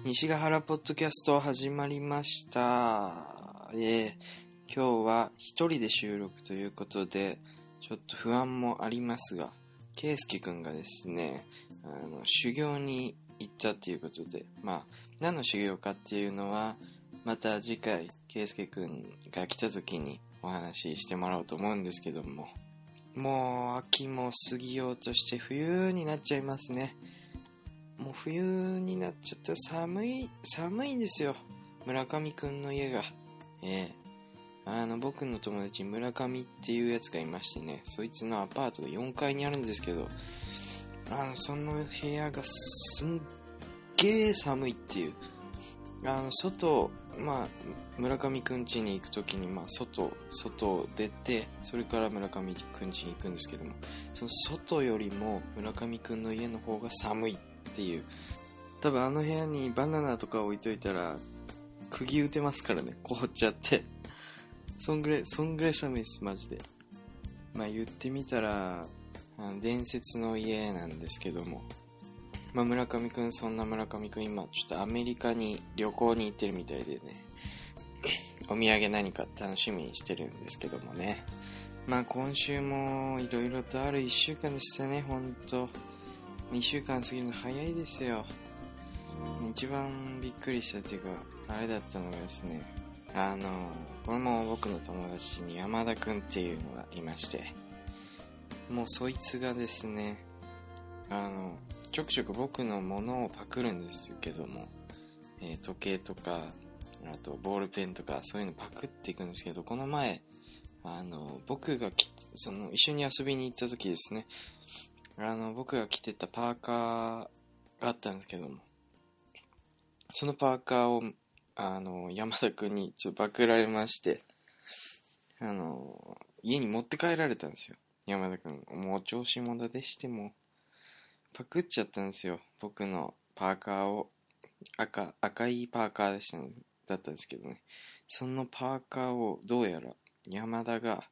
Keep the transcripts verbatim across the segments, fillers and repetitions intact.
西ヶ原ポッドキャスト始まりました。えー、今日は一人で収録ということでちょっと不安もありますが、圭介くんがですねあの修行に行ったということで、まあ何の修行かっていうのはまた次回圭介くんが来た時にお話ししてもらおうと思うんですけども、もう秋も過ぎようとして冬になっちゃいますね。もう冬になっちゃったら寒い寒いんですよ。村上くんの家がええあの僕の友達村上っていうやつがいましてね、そいつのアパートがよんかいにあるんですけど、あのその部屋がすんげー寒いっていう、あの外まあ村上くん家に行くときにまあ外外出て、それから村上くん家に行くんですけども、その外よりも村上くんの家の方が寒いっていう。多分あの部屋にバナナとか置いといたら釘打てますからね、凍っちゃって。そんぐらいそんぐらい寒いですマジで。まあ言ってみたらあの伝説の家なんですけども、まあ村上くんそんな村上くん今ちょっとアメリカに旅行に行ってるみたいでねお土産何か楽しみにしてるんですけどもね。まあ今週もいろいろとあるいっしゅうかんでしたね。ほんとにしゅうかん過ぎるの早いですよ。一番びっくりしたっていうかあれだったのがですね、あのこれも僕の友達に山田くんっていうのがいまして、もうそいつがですねあのちょくちょく僕のものをパクるんですけども、えー、時計とかあとボールペンとかそういうのパクっていくんですけど、この前あの僕がきその一緒に遊びに行った時ですね、あの僕が着てたパーカーがあったんですけども、そのパーカーをあの山田くんにちょっとパクられまして、あの家に持って帰られたんですよ。山田くんもう調子者でしてもパクっちゃったんですよ、僕のパーカーを。赤赤いパーカーでしただったんですけどね、そのパーカーをどうやら山田が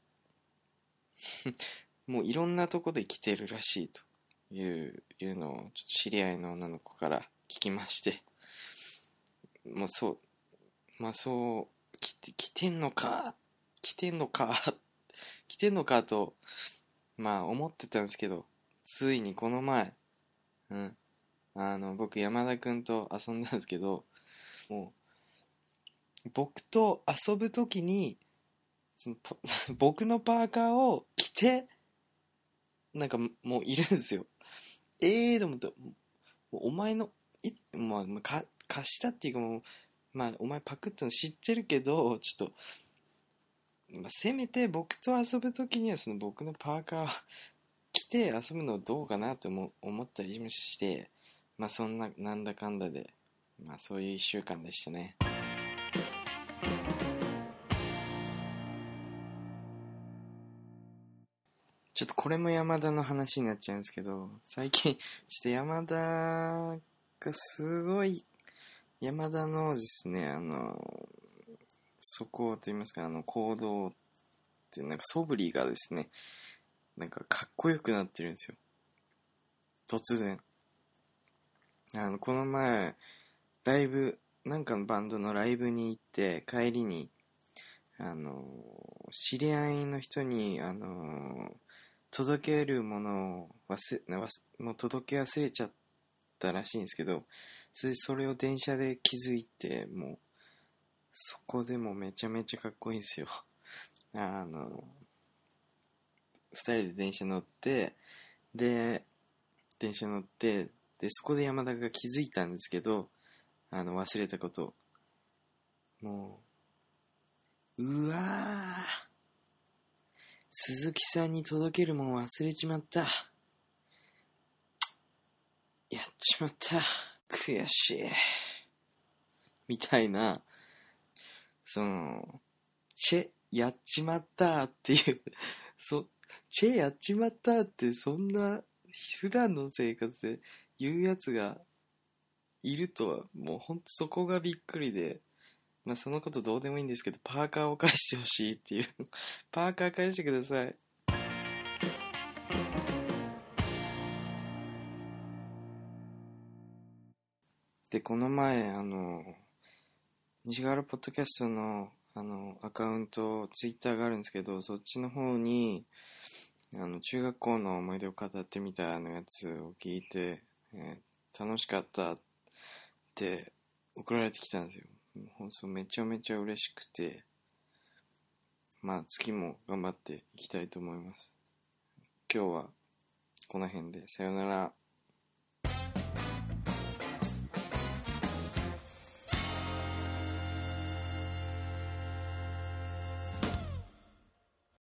もういろんなとこで着てるらしいといういうのをちょっと知り合いの女の子から聞きまして、もうそうまあそう着て着てんのか着てんのか着てんのかとまあ思ってたんですけど、ついにこの前うんあの僕山田くんと遊んだんですけど、もう僕と遊ぶときにその僕のパーカーを着てなんかもういるんですよ。ええーと思って、お前のい、まあ、か貸したっていうかもう、まあお前パクったの知ってるけど、ちょっと、まあ、せめて僕と遊ぶときにはその僕のパーカー着て遊ぶのどうかなと思思ったりして、まあそんななんだかんだで、まあそういう一週間でしたね。ちょっとこれも山田の話になっちゃうんですけど、最近ちょっと山田がすごい、山田のですねあの素行と言いますか、あの行動ってなんか素振りがですねなんかかっこよくなってるんですよ、突然。あのこの前ライブなんかのバンドのライブに行って帰りにあの知り合いの人にあの届けるものを忘れ忘もう届け忘れちゃったらしいんですけど、それでそれを電車で気づいて、もうそこでもめちゃめちゃかっこいいんですよ。あのふたりで電車乗ってで電車乗ってでそこで山田が気づいたんですけど、あの忘れたこと。もううわー鈴木さんに届けるもん忘れちまった、やっちまった、悔しいみたいな、そのチェやっちまったっていうそチェやっちまったってそんな普段の生活で言うやつがいるとは、もうほんとそこがびっくりで、まあそのことどうでもいいんですけど、パーカーを返してほしいっていうパーカー返してください。 で、この前、あの、西原ポッドキャストの、あの、アカウント、ツイッターがあるんですけど、そっちの方に、あの、中学校の思い出を語ってみたのやつを聞いて、えー楽しかったって送られてきたんですよ。放送めちゃめちゃ嬉しくて、まあ次も頑張っていきたいと思います。今日はこの辺でさよなら。